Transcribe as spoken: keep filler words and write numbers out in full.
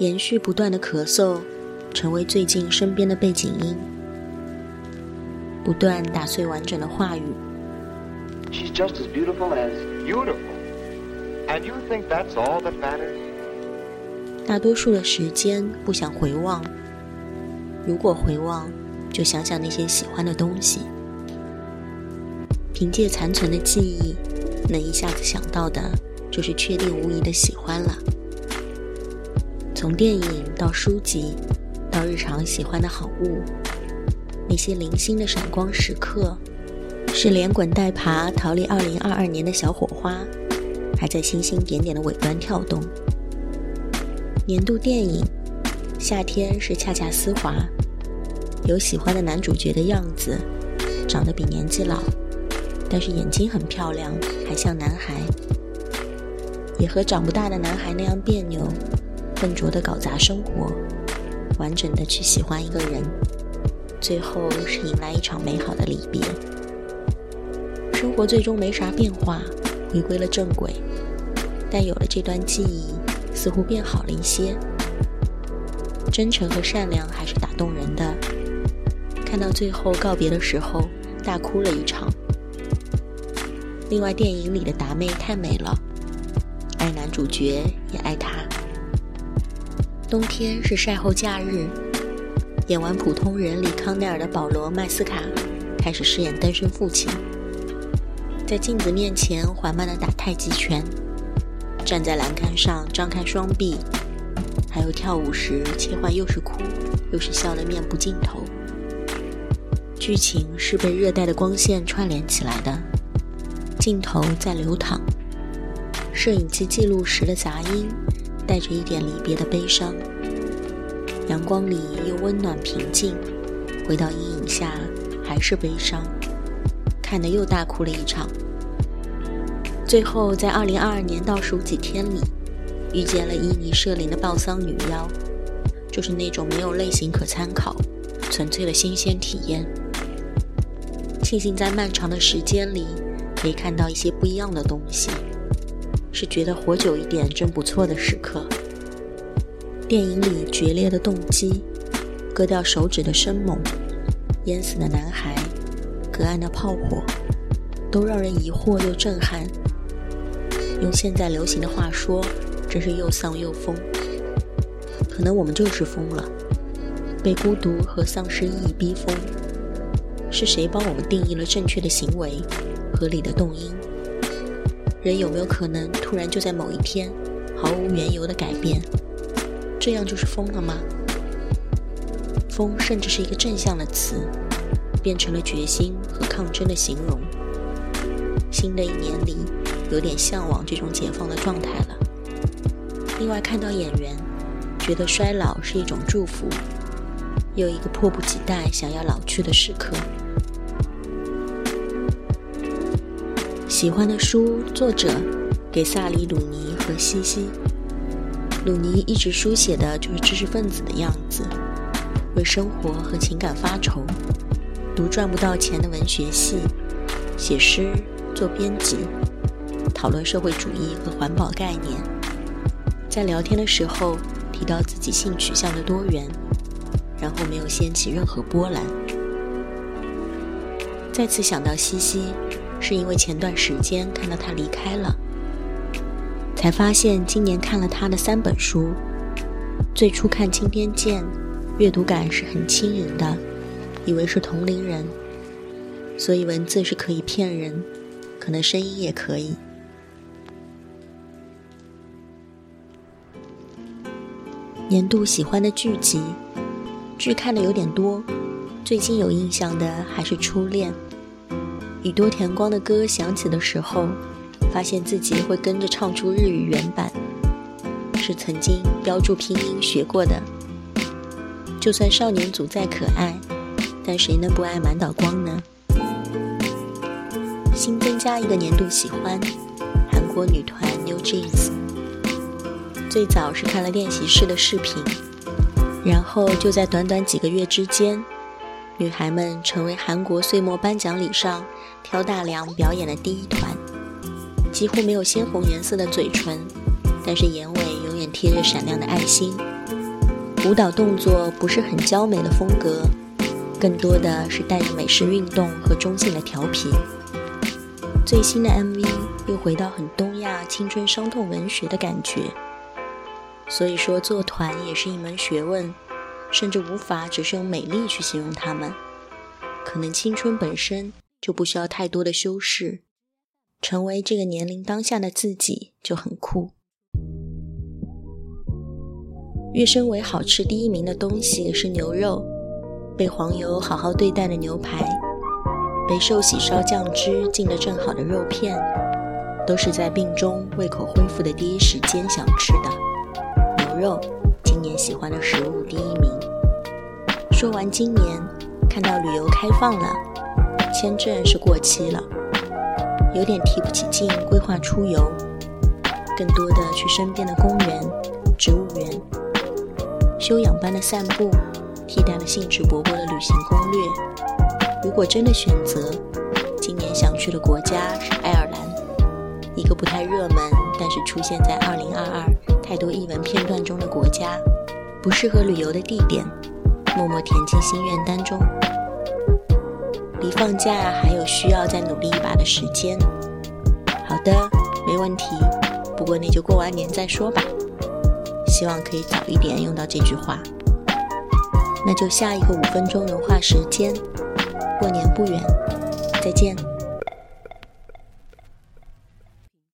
延续不断的咳嗽成为最近身边的背景音，不断打碎完整的话语。 She's just as beautiful as beautiful. And you think that's all that matters? 大多数的时间不想回望，如果回望，就想想那些喜欢的东西。凭借残存的记忆，能一下子想到的就是确定无疑的喜欢了。从电影到书籍，到日常喜欢的好物，那些零星的闪光时刻，是连滚带爬逃离二零二二年的小火花，还在星星点点的尾端跳动。年度电影，夏天是恰恰丝滑，有喜欢的男主角的样子，长得比年纪老，但是眼睛很漂亮，还像男孩，也和长不大的男孩那样别扭，笨拙地搞砸生活，完整地去喜欢一个人，最后是迎来一场美好的离别。生活最终没啥变化，回归了正轨，但有了这段记忆，似乎变好了一些。真诚和善良还是打动人的，看到最后告别的时候，大哭了一场。另外，电影里的达妹太美了，爱男主角也爱她。冬天是晒后假日，演完《普通人》里康奈尔的保罗·麦斯卡开始饰演单身父亲，在镜子面前缓慢地打太极拳，站在栏杆上张开双臂，还有跳舞时切换又是哭又是笑的面部镜头。剧情是被热带的光线串联起来的，镜头在流淌，摄影机记录时的杂音带着一点离别的悲伤，阳光里又温暖平静，回到阴影下还是悲伤，看得又大哭了一场。最后在二零二二年倒数几天里，遇见了伊尼舍林的报丧女妖，就是那种没有类型可参考，纯粹的新鲜体验。庆幸在漫长的时间里可以看到一些不一样的东西，是觉得活久一点真不错的时刻。电影里决裂的动机，割掉手指的生猛，淹死的男孩，隔岸的炮火，都让人疑惑又震撼。用现在流行的话说，真是又丧又疯。可能我们就是疯了，被孤独和丧失意义逼疯。是谁帮我们定义了正确的行为，合理的动因？人有没有可能突然就在某一天毫无缘由的改变？这样就是疯了吗？疯甚至是一个正向的词，变成了决心和抗争的形容。新的一年里，有点向往这种解放的状态了。另外，看到演员，觉得衰老是一种祝福，又一个迫不及待想要老去的时刻。喜欢的书作者给萨里·鲁尼和西西。鲁尼一直书写的就是知识分子的样子，为生活和情感发愁，读赚不到钱的文学系，写诗，做编辑，讨论社会主义和环保概念。在聊天的时候提到自己性取向的多元，然后没有掀起任何波澜。再次想到西西，是因为前段时间看到他离开了，才发现今年看了他的三本书。最初看《青天剑》，阅读感是很轻盈的，以为是同龄人，所以文字是可以骗人，可能声音也可以。年度喜欢的剧集，剧看的有点多，最近有印象的还是《初恋》。宇多田光的歌响起的时候，发现自己会跟着唱出日语原版，是曾经标注拼音学过的。就算少年组再可爱，但谁能不爱满岛光呢？新增加一个年度喜欢，韩国女团 New Jeans。 最早是看了练习室的视频，然后就在短短几个月之间，女孩们成为韩国岁末颁奖礼上挑大梁表演的第一团，几乎没有鲜红颜色的嘴唇，但是眼尾永远贴着闪亮的爱心， 舞蹈动作不是很娇美的风格，更多的是带着美式运动和中性的调皮。最新的 M V 又回到很东亚青春伤痛文学的感觉，所以说做团也是一门学问，甚至无法只是用美丽去形容它们，可能青春本身就不需要太多的修饰，成为这个年龄当下的自己就很酷。跃升为好吃第一名的东西是牛肉，被黄油好好对待的牛排，被寿喜烧酱汁浸得正好的肉片，都是在病中胃口恢复的第一时间想吃的。牛肉，今年喜欢的食物第一名。说完今年，看到旅游开放了，签证是过期了，有点提不起劲规划出游，更多的去身边的公园、植物园，休养般的散步替代了兴致勃勃的旅行攻略。如果真的选择，今年想去的国家是爱尔兰，一个不太热门但是出现在二零二二太多艺文片段中的国家，不适合旅游的地点，默默填进心愿单中。离放假还有需要再努力一把的时间。好的，没问题，不过那就过完年再说吧，希望可以早一点用到这句话。那就下一个五分钟融化时间，过年不远，再见。